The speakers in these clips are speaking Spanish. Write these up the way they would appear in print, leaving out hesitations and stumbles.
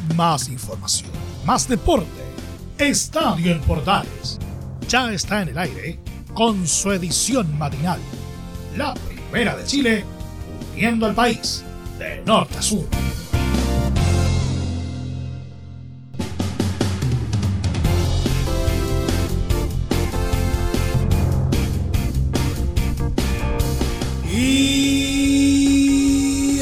Más información, más deporte. Estadio en Portales ya está en el aire con su edición matinal. La primera de Chile, uniendo al país de norte a sur. Y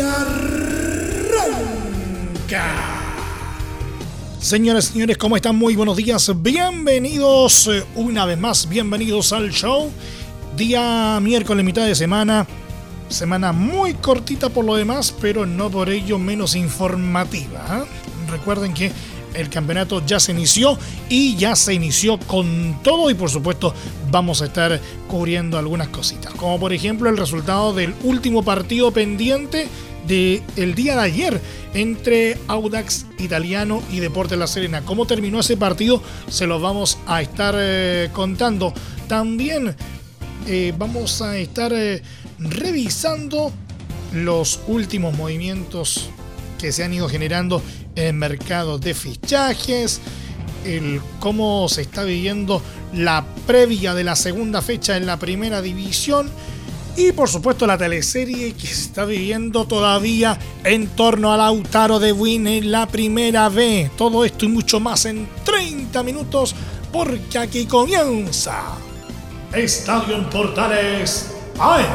arranca. Señoras y señores, ¿cómo están? Muy buenos días. Bienvenidos una vez más, bienvenidos al show. Día miércoles, mitad de semana. Semana muy cortita por lo demás, pero no por ello menos informativa. Recuerden que el campeonato ya se inició y ya se inició con todo y por supuesto vamos a estar cubriendo algunas cositas. Como por ejemplo el resultado del último partido pendiente del día de ayer entre Audax Italiano y Deportes La Serena. ¿Cómo terminó ese partido? Se los vamos a estar contando. También vamos a estar revisando los últimos movimientos que se han ido generando en el mercado de fichajes, cómo se está viviendo la previa de la segunda fecha en la primera división y por supuesto la teleserie que se está viviendo todavía en torno a Lautaro de Buin en la primera B. Todo esto y mucho más en 30 minutos porque aquí comienza Estadio en Portales AM.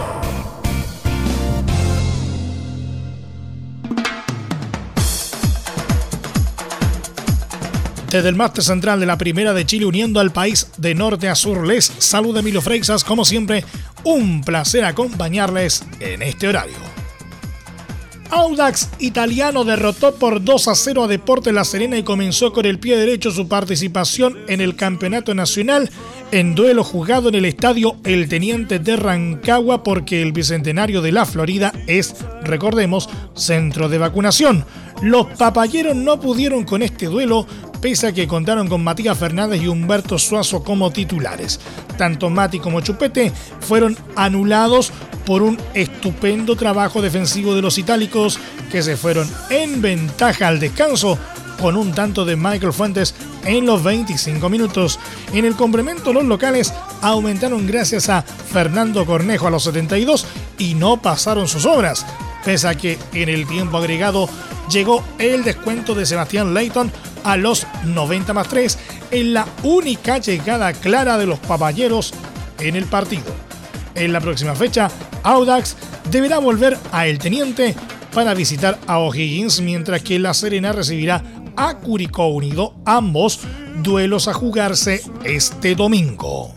Desde el máster central de la Primera de Chile, uniendo al país de norte a sur, les saluda Emilio Freixas. Como siempre, un placer acompañarles en este horario. Audax Italiano derrotó por 2-0 a Deportes La Serena y comenzó con el pie derecho su participación en el campeonato nacional en duelo jugado en el estadio El Teniente de Rancagua porque el Bicentenario de la Florida es, recordemos, centro de vacunación. Los papayeros no pudieron con este duelo pese a que contaron con Matías Fernández y Humberto Suazo como titulares. Tanto Mati como Chupete fueron anulados por un estupendo trabajo defensivo de los itálicos que se fueron en ventaja al descanso con un tanto de Michael Fuentes en los 25 minutos. En el complemento los locales aumentaron gracias a Fernando Cornejo a los 72 y no pasaron sus obras, pese a que en el tiempo agregado llegó el descuento de Sebastián Leighton a los 90+3 en la única llegada clara de los papayeros en el partido. En la próxima fecha, Audax deberá volver a El Teniente para visitar a O'Higgins, mientras que La Serena recibirá a Curicó Unido, ambos duelos a jugarse este domingo.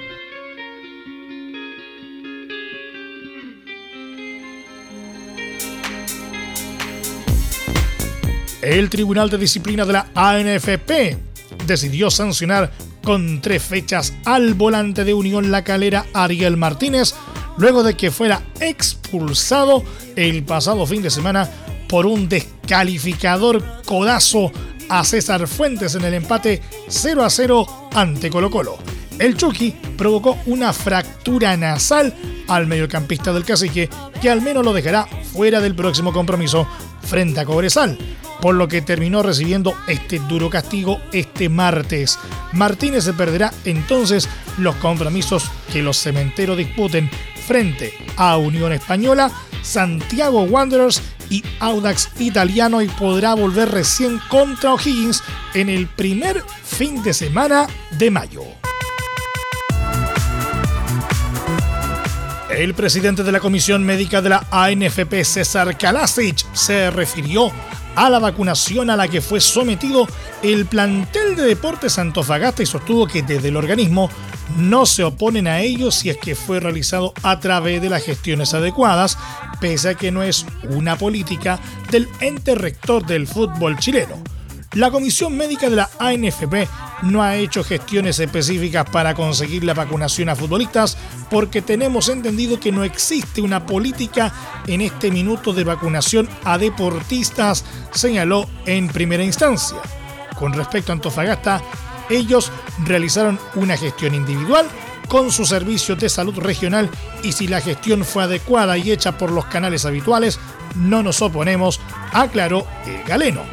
El Tribunal de Disciplina de la ANFP decidió sancionar con 3 fechas al volante de Unión La Calera, Ariel Martínez, luego de que fuera expulsado el pasado fin de semana por un descalificador codazo a César Fuentes en el empate 0-0 ante Colo-Colo. El Chucky provocó una fractura nasal al mediocampista del Cacique, que al menos lo dejará fuera del próximo compromiso frente a Cobresal, por lo que terminó recibiendo este duro castigo este martes. Martínez se perderá entonces los compromisos que los cementeros disputen frente a Unión Española, Santiago Wanderers y Audax Italiano y podrá volver recién contra O'Higgins en el primer fin de semana de mayo. El presidente de la Comisión Médica de la ANFP, César Kalasic, se refirió a la vacunación a la que fue sometido el plantel de Deportes Antofagasta y sostuvo que desde el organismo no se oponen a ello si es que fue realizado a través de las gestiones adecuadas, pese a que no es una política del ente rector del fútbol chileno. La Comisión Médica de la ANFP no ha hecho gestiones específicas para conseguir la vacunación a futbolistas porque tenemos entendido que no existe una política en este minuto de vacunación a deportistas, señaló en primera instancia. Con respecto a Antofagasta, ellos realizaron una gestión individual con sus servicios de salud regional y si la gestión fue adecuada y hecha por los canales habituales, no nos oponemos, aclaró el galeno.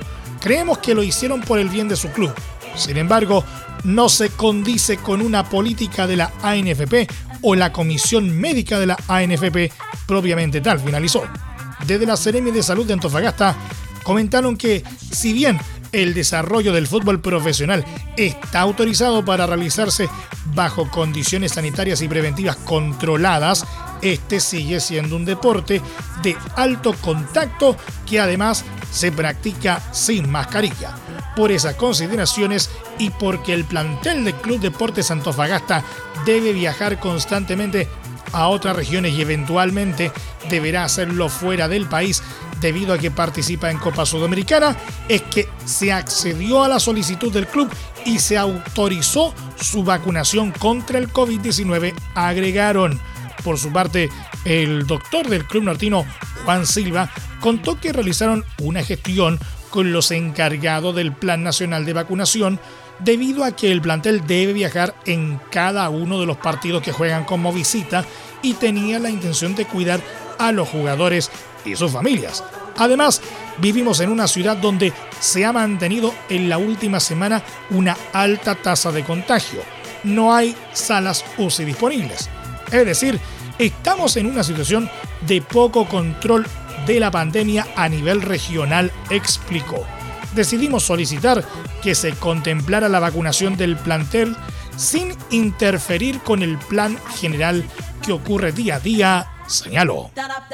Creemos que lo hicieron por el bien de su club. Sin embargo, no se condice con una política de la ANFP o la Comisión Médica de la ANFP propiamente tal, finalizó. Desde la Seremi de Salud de Antofagasta comentaron que, si bien el desarrollo del fútbol profesional está autorizado para realizarse bajo condiciones sanitarias y preventivas controladas, este sigue siendo un deporte de alto contacto que además se practica sin mascarilla. Por esas consideraciones y porque el plantel del Club Deportes Antofagasta debe viajar constantemente a otras regiones y eventualmente deberá hacerlo fuera del país debido a que participa en Copa Sudamericana, es que se accedió a la solicitud del club y se autorizó su vacunación contra el COVID-19, agregaron. Por su parte, el doctor del club nortino, Juan Silva, contó que realizaron una gestión con los encargados del Plan Nacional de Vacunación debido a que el plantel debe viajar en cada uno de los partidos que juegan como visita y tenía la intención de cuidar a los jugadores y sus familias. Además, vivimos en una ciudad donde se ha mantenido en la última semana una alta tasa de contagio. No hay salas UCI disponibles. Es decir, estamos en una situación de poco control de la pandemia a nivel regional, explicó. Decidimos solicitar que se contemplara la vacunación del plantel sin interferir con el plan general que ocurre día a día, señaló.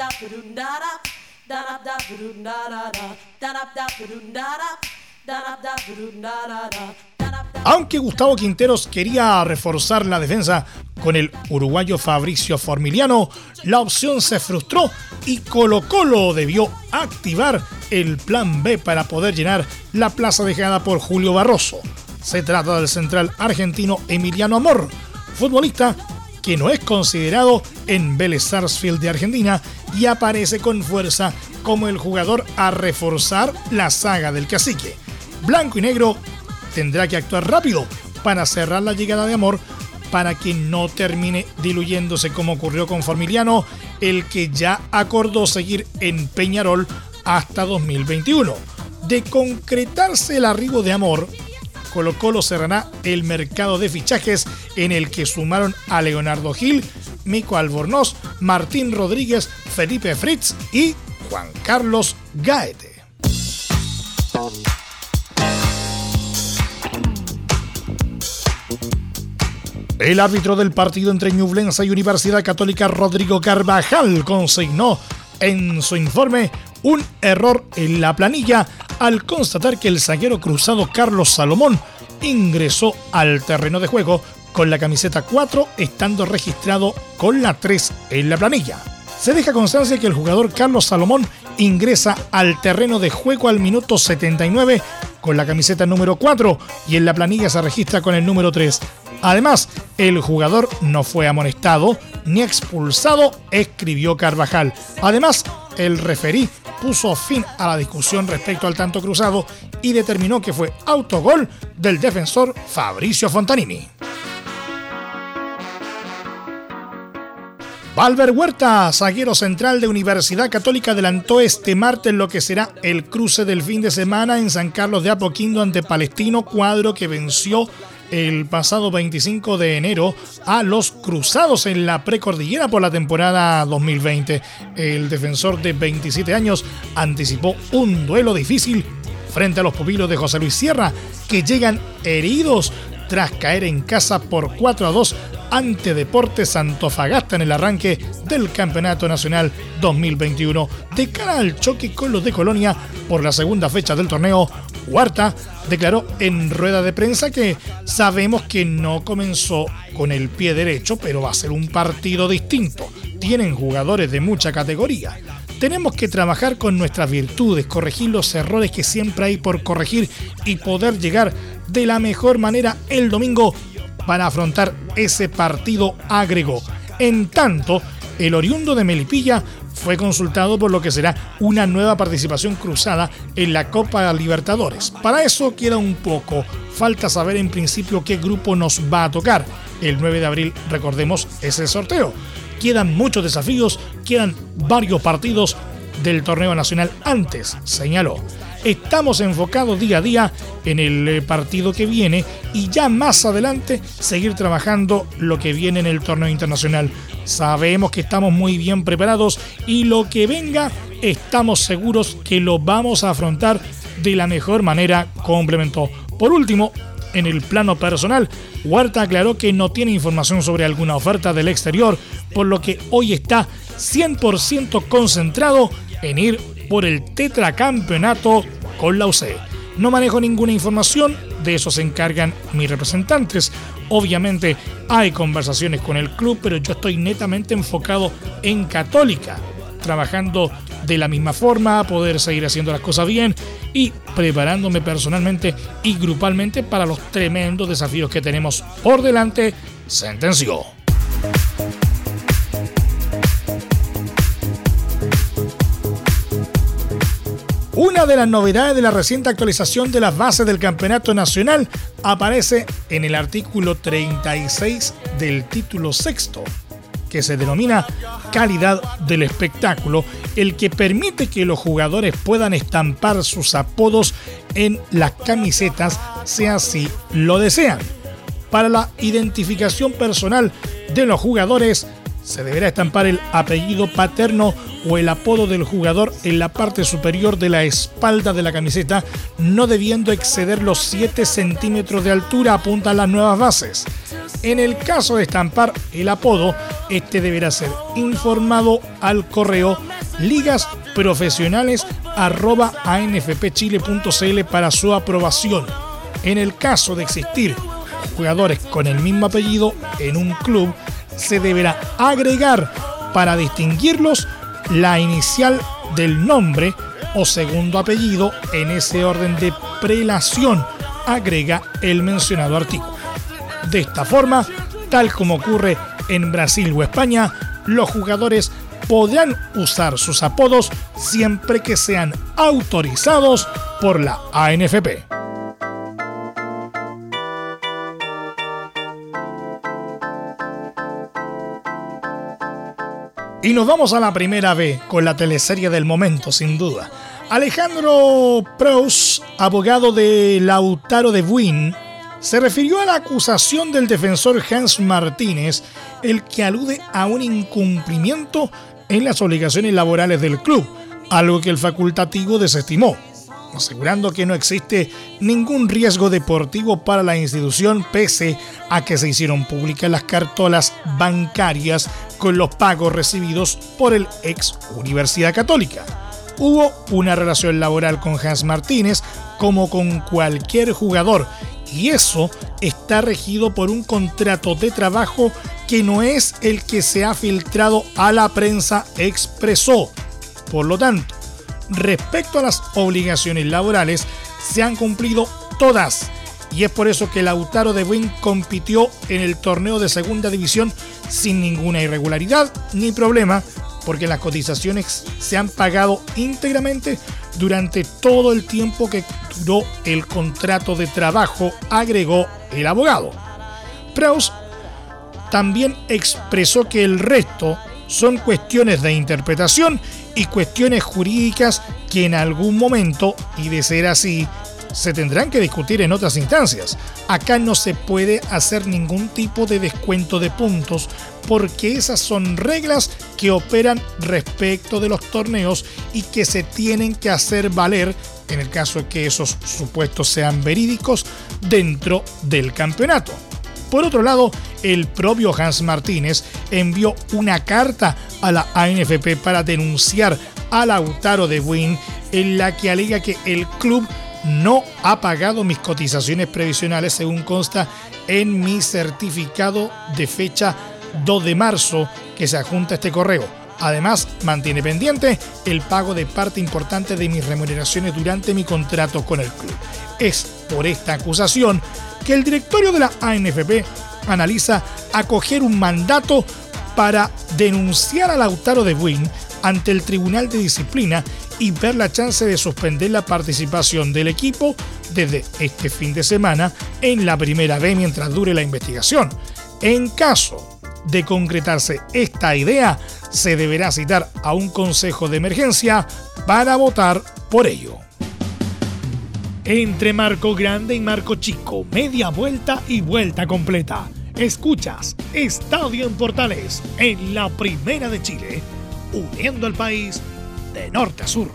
Aunque Gustavo Quinteros quería reforzar la defensa con el uruguayo Fabricio Formiliano, la opción se frustró y Colo-Colo debió activar el plan B para poder llenar la plaza dejada por Julio Barroso. Se trata del central argentino Emiliano Amor, futbolista que no es considerado en Vélez Sarsfield de Argentina y aparece con fuerza como el jugador a reforzar la saga del cacique. Blanco y negro tendrá que actuar rápido para cerrar la llegada de Amor para que no termine diluyéndose como ocurrió con Formiliano, el que ya acordó seguir en Peñarol hasta 2021. De concretarse el arribo de Amor, Colo-Colo cerrará el mercado de fichajes en el que sumaron a Leonardo Gil, Mico Albornoz, Martín Rodríguez, Felipe Fritz y Juan Carlos Gaete. El árbitro del partido entre Ñublense y Universidad Católica, Rodrigo Carvajal, consignó en su informe un error en la planilla al constatar que el zaguero cruzado Carlos Salomón ingresó al terreno de juego con la camiseta 4, estando registrado con la 3 en la planilla. Se deja constancia que el jugador Carlos Salomón ingresa al terreno de juego al minuto 79 con la camiseta número 4 y en la planilla se registra con el número 3. Además, el jugador no fue amonestado ni expulsado, escribió Carvajal. Además, el referí puso fin a la discusión respecto al tanto cruzado y determinó que fue autogol del defensor Fabricio Fontanini. Valver Huerta, zaguero central de Universidad Católica, adelantó este martes lo que será el cruce del fin de semana en San Carlos de Apoquindo ante Palestino, cuadro que venció el pasado 25 de enero a los Cruzados en la precordillera por la temporada 2020. El defensor de 27 años anticipó un duelo difícil frente a los pupilos de José Luis Sierra, que llegan heridos tras caer en casa por 4-2 ante Deportes Antofagasta en el arranque del Campeonato Nacional 2021. De cara al choque con los de Colonia por la segunda fecha del torneo, Huerta declaró en rueda de prensa que sabemos que no comenzó con el pie derecho, pero va a ser un partido distinto. Tienen jugadores de mucha categoría. Tenemos que trabajar con nuestras virtudes, corregir los errores que siempre hay por corregir y poder llegar de la mejor manera el domingo para afrontar ese partido, agregó. En tanto, el oriundo de Melipilla fue consultado por lo que será una nueva participación cruzada en la Copa Libertadores. Para eso queda un poco. Falta saber en principio qué grupo nos va a tocar. El 9 de abril, recordemos, es el sorteo. Quedan muchos desafíos, quedan varios partidos del torneo nacional antes, señaló. estamos enfocados día a día en el partido que viene y ya más adelante seguir trabajando lo que viene en el torneo internacional. Sabemos que estamos muy bien preparados y lo que venga estamos seguros que lo vamos a afrontar de la mejor manera, complementó. Por último, en el plano personal, Huerta aclaró que no tiene información sobre alguna oferta del exterior, por lo que hoy está 100% concentrado en ir por el tetracampeonato con la UC. No manejo ninguna información, de eso se encargan mis representantes. Obviamente hay conversaciones con el club, pero yo estoy netamente enfocado en Católica, trabajando de la misma forma, poder seguir haciendo las cosas bien y preparándome personalmente y grupalmente para los tremendos desafíos que tenemos por delante, sentenció. Una de las novedades de la reciente actualización de las bases del campeonato nacional aparece en el artículo 36 del título sexto, que se denomina calidad del espectáculo, el que permite que los jugadores puedan estampar sus apodos en las camisetas si así lo desean. Para la identificación personal de los jugadores, se deberá estampar el apellido paterno o el apodo del jugador en la parte superior de la espalda de la camiseta, no debiendo exceder los 7 centímetros de altura, apuntan las nuevas bases. En el caso de estampar el apodo, este deberá ser informado al correo ligasprofesionales@anfpchile.cl para su aprobación. En el caso de existir jugadores con el mismo apellido en un club, se deberá agregar para distinguirlos la inicial del nombre o segundo apellido en ese orden de prelación, agrega el mencionado artículo. De esta forma, tal como ocurre en Brasil o España, los jugadores podrán usar sus apodos siempre que sean autorizados por la ANFP. Y nos vamos a la primera B con la teleserie del momento, sin duda. Alejandro Proust, abogado de Lautaro de Buin, se refirió a la acusación del defensor Hans Martínez, el que alude a un incumplimiento en las obligaciones laborales del club, algo que el facultativo desestimó, asegurando que no existe ningún riesgo deportivo para la institución pese a que se hicieron públicas las cartolas bancarias con los pagos recibidos por el ex Universidad Católica. Hubo una relación laboral con Hans Martínez como con cualquier jugador y eso está regido por un contrato de trabajo que no es el que se ha filtrado a la prensa, expresó. Por lo tanto, respecto a las obligaciones laborales, se han cumplido todas y es por eso que Lautaro de Buin compitió en el torneo de segunda división sin ninguna irregularidad ni problema, porque las cotizaciones se han pagado íntegramente durante todo el tiempo que duró el contrato de trabajo, agregó el abogado. Proust también expresó que el resto son cuestiones de interpretación y cuestiones jurídicas que en algún momento, y de ser así, se tendrán que discutir en otras instancias. Acá no se puede hacer ningún tipo de descuento de puntos porque esas son reglas que operan respecto de los torneos y que se tienen que hacer valer en el caso de que esos supuestos sean verídicos dentro del campeonato. Por otro lado, el propio Hans Martínez envió una carta a la ANFP para denunciar a Lautaro de Buin en la que alega que el club no ha pagado mis cotizaciones previsionales según consta en mi certificado de fecha 2 de marzo que se adjunta a este correo. Además, mantiene pendiente el pago de parte importante de mis remuneraciones durante mi contrato con el club. Es por esta acusación que el directorio de la ANFP analiza acoger un mandato para denunciar a Lautaro de Buin ante el Tribunal de Disciplina y ver la chance de suspender la participación del equipo desde este fin de semana en la primera B mientras dure la investigación. En caso de concretarse esta idea, se deberá citar a un consejo de emergencia para votar por ello. entre marco grande y marco chico, media vuelta y vuelta completa. Escuchas Estadio en Portales en la Primera de Chile, uniendo al país de norte a sur.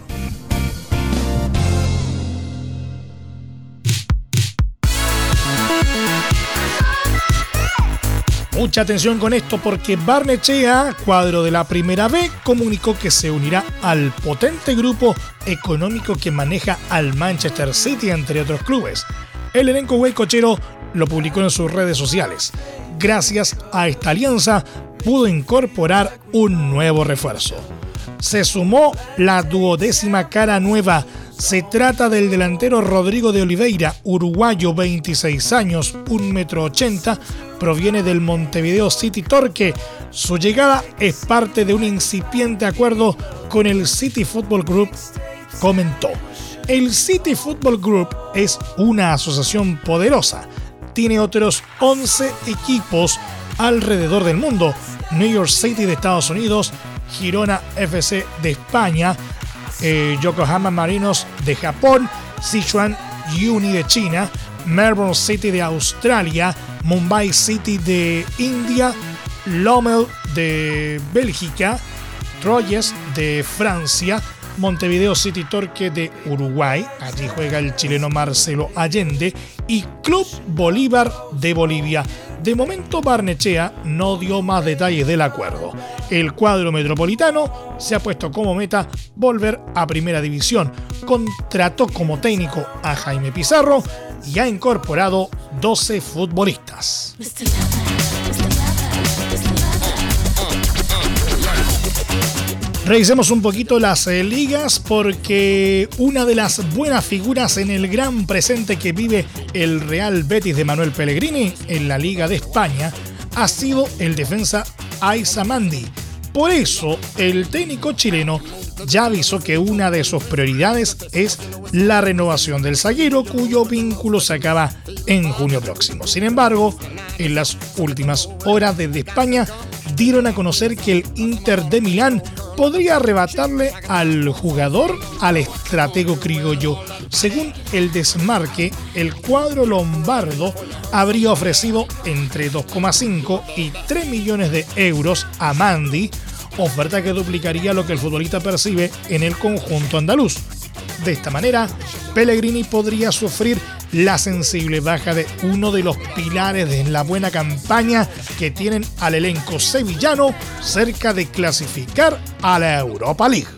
Mucha atención con esto porque Barnechea, cuadro de la Primera B, comunicó que se unirá al potente grupo económico que maneja al Manchester City, entre otros clubes. El elenco huaycochero lo publicó en sus redes sociales. Gracias a esta alianza pudo incorporar un nuevo refuerzo. Se sumó la 12ª cara nueva. Se trata del delantero Rodrigo de Oliveira, uruguayo, 26 años, 1,80 m, proviene del Montevideo City Torque. Su llegada es parte de un incipiente acuerdo con el City Football Group, comentó. El City Football Group es una asociación poderosa. Tiene otros 11 equipos alrededor del mundo. New York City de Estados Unidos, Girona FC de España, Yokohama Marinos de Japón, Sichuan Uni de China, Melbourne City de Australia, Mumbai City de India, Lommel de Bélgica, Troyes de Francia, Montevideo City Torque de Uruguay, allí juega el chileno Marcelo Allende, y Club Bolívar de Bolivia. De momento Barnechea no dio más detalles del acuerdo. El cuadro metropolitano se ha puesto como meta volver a Primera División. Contrató como técnico a Jaime Pizarro y ha incorporado 12 futbolistas. Revisemos un poquito las ligas porque una de las buenas figuras en el gran presente que vive el Real Betis de Manuel Pellegrini en la Liga de España ha sido el defensa Aissa Mandi. Por eso el técnico chileno ya avisó que una de sus prioridades es la renovación del zaguero, cuyo vínculo se acaba en junio próximo. Sin embargo, en las últimas horas desde España dieron a conocer que el Inter de Milán podría arrebatarle al jugador al estratego criollo. Según el Desmarque, el cuadro lombardo habría ofrecido entre 2,5 y 3 millones de euros a Mandi, oferta que duplicaría lo que el futbolista percibe en el conjunto andaluz. De esta manera, Pellegrini podría sufrir la sensible baja de uno de los pilares de la buena campaña que tienen al elenco sevillano cerca de clasificar a la Europa League.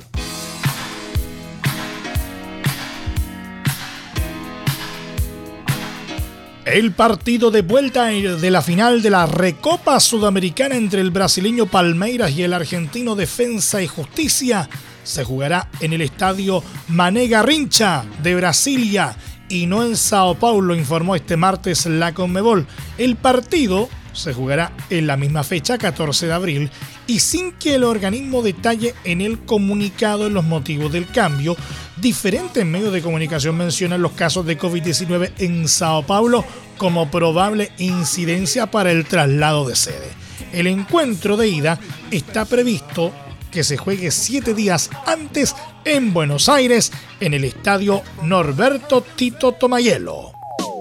El partido de vuelta de la final de la Recopa Sudamericana entre el brasileño Palmeiras y el argentino Defensa y Justicia se jugará en el estadio Mané Garrincha de Brasilia y no en Sao Paulo, informó este martes la Conmebol. El partido se jugará en la misma fecha, 14 de abril, y sin que el organismo detalle en el comunicado los motivos del cambio, diferentes medios de comunicación mencionan los casos de COVID-19 en Sao Paulo como probable incidencia para el traslado de sede. El encuentro de ida está previsto que se juegue 7 días antes en Buenos Aires, en el estadio Norberto Tito Tomayelo.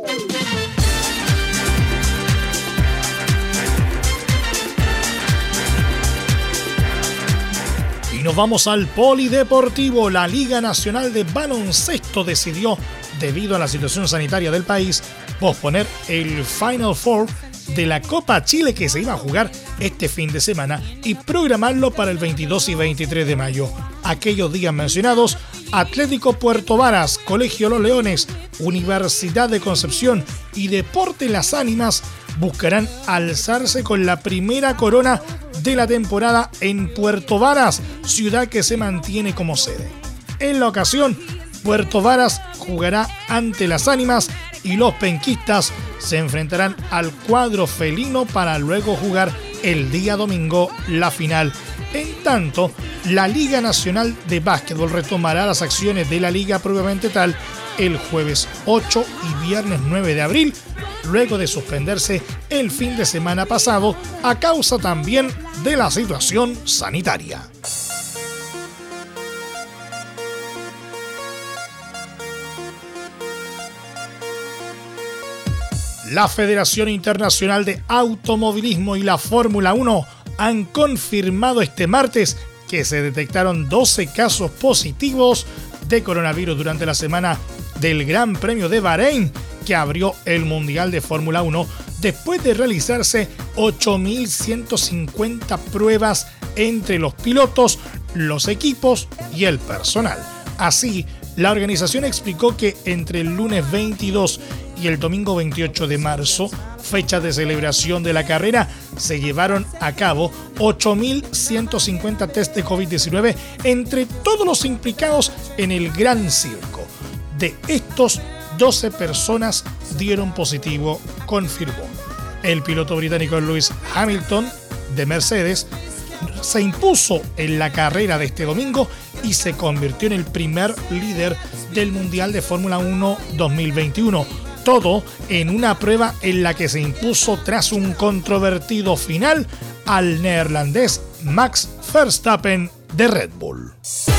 Y nos vamos al polideportivo. La Liga Nacional de Baloncesto decidió, debido a la situación sanitaria del país, posponer el Final Four de la Copa Chile que se iba a jugar este fin de semana y programarlo para el 22 y 23 de mayo. Aquellos días mencionados, Atlético Puerto Varas, Colegio Los Leones, Universidad de Concepción y Deportes Las Ánimas buscarán alzarse con la primera corona de la temporada en Puerto Varas, ciudad que se mantiene como sede. En la ocasión, Puerto Varas jugará ante Las Ánimas y los penquistas se enfrentarán al cuadro felino para luego jugar el día domingo la final. En tanto, la Liga Nacional de Básquetbol retomará las acciones de la liga propiamente tal el jueves 8 y viernes 9 de abril, luego de suspenderse el fin de semana pasado a causa también de la situación sanitaria. La Federación Internacional de Automovilismo y la Fórmula 1 han confirmado este martes que se detectaron 12 casos positivos de coronavirus durante la semana del Gran Premio de Bahrein, que abrió el Mundial de Fórmula 1 después de realizarse 8.150 pruebas entre los pilotos, los equipos y el personal. Así, la organización explicó que entre el lunes 22 y el domingo 28 de marzo, fecha de celebración de la carrera, se llevaron a cabo 8.150 test de COVID-19 entre todos los implicados en el Gran Circo. De estos, 12 personas dieron positivo, confirmó. El piloto británico Lewis Hamilton, de Mercedes, se impuso en la carrera de este domingo y se convirtió en el primer líder del Mundial de Fórmula 1 2021. Todo en una prueba en la que se impuso tras un controvertido final al neerlandés Max Verstappen de Red Bull.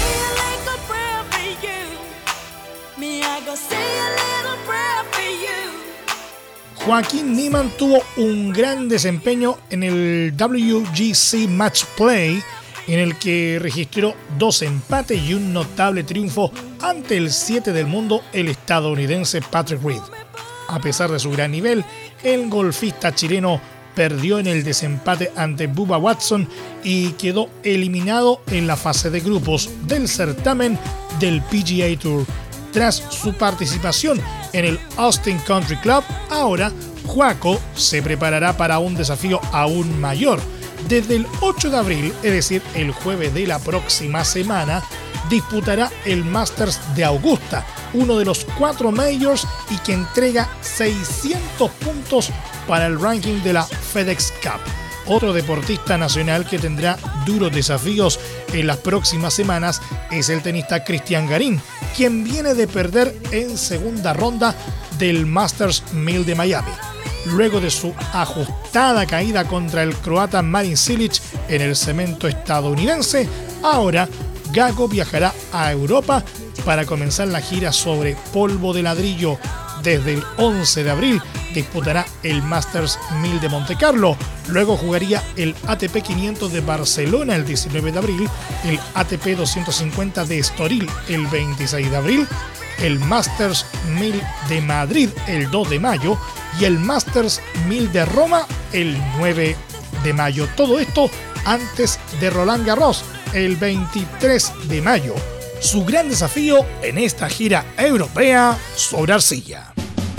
Joaquín Niemann tuvo un gran desempeño en el WGC Match Play, en el que registró 2 empates y un notable triunfo ante el 7 del mundo, el estadounidense Patrick Reed. A pesar de su gran nivel, el golfista chileno perdió en el desempate ante Bubba Watson y quedó eliminado en la fase de grupos del certamen del PGA Tour. Tras su participación en el Austin Country Club, ahora Joaco se preparará para un desafío aún mayor. Desde el 8 de abril, es decir, el jueves de la próxima semana, disputará el Masters de Augusta, uno de los 4 majors y que entrega 600 puntos para el ranking de la FedEx Cup. Otro deportista nacional que tendrá duros desafíos en las próximas semanas es el tenista Cristian Garín, quien viene de perder en segunda ronda del Masters 1000 de Miami. Luego de su ajustada caída contra el croata Marin Cilic en el cemento estadounidense, ahora Gago viajará a Europa para comenzar la gira sobre polvo de ladrillo. Desde el 11 de abril disputará el Masters 1000 de Montecarlo, luego jugaría el ATP 500 de Barcelona el 19 de abril, el ATP 250 de Estoril el 26 de abril, el Masters 1000 de Madrid el 2 de mayo y el Masters 1000 de Roma el 9 de mayo. Todo esto antes de Roland Garros el 23 de mayo. Su gran desafío en esta gira europea sobre arcilla.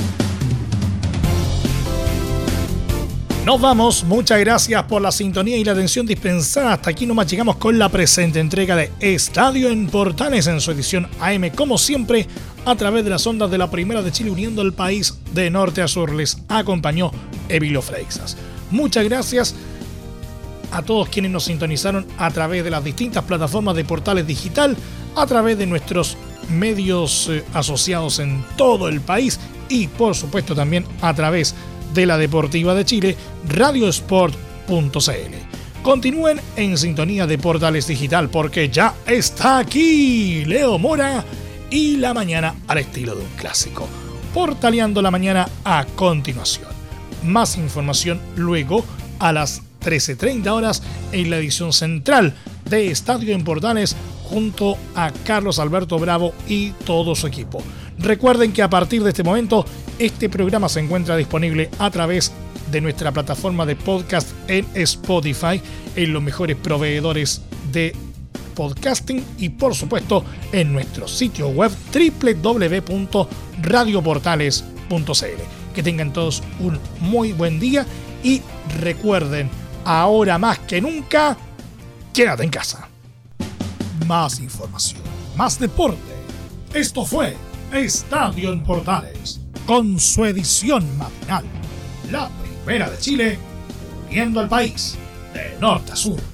Nos vamos, muchas gracias por la sintonía y la atención dispensada. Hasta aquí nomás llegamos con la presente entrega de Estadio en Portales en su edición AM, como siempre, a través de las ondas de la Primera de Chile, uniendo el país de norte a sur. Les acompañó Emilio Freixas. Muchas gracias a todos quienes nos sintonizaron a través de las distintas plataformas de Portales Digital, a través de nuestros medios asociados en todo el país y por supuesto también a través de la Deportiva de Chile, radiosport.cl. Continúen en sintonía de Portales Digital porque ya está aquí Leo Mora y la mañana al estilo de un clásico. Portaleando la mañana a continuación. Más información luego a las 13:30 horas en la edición central de Estadio en Portales junto a Carlos Alberto Bravo y todo su equipo. Recuerden que a partir de este momento este programa se encuentra disponible a través de nuestra plataforma de podcast en Spotify, en los mejores proveedores de podcasting y por supuesto en nuestro sitio web www.radioportales.cl. Que tengan todos un muy buen día y recuerden, ahora más que nunca, quédate en casa. Más información, más deporte. Esto fue Estadio en Portales, con su edición matinal. La Primera de Chile, uniendo al país de norte a sur.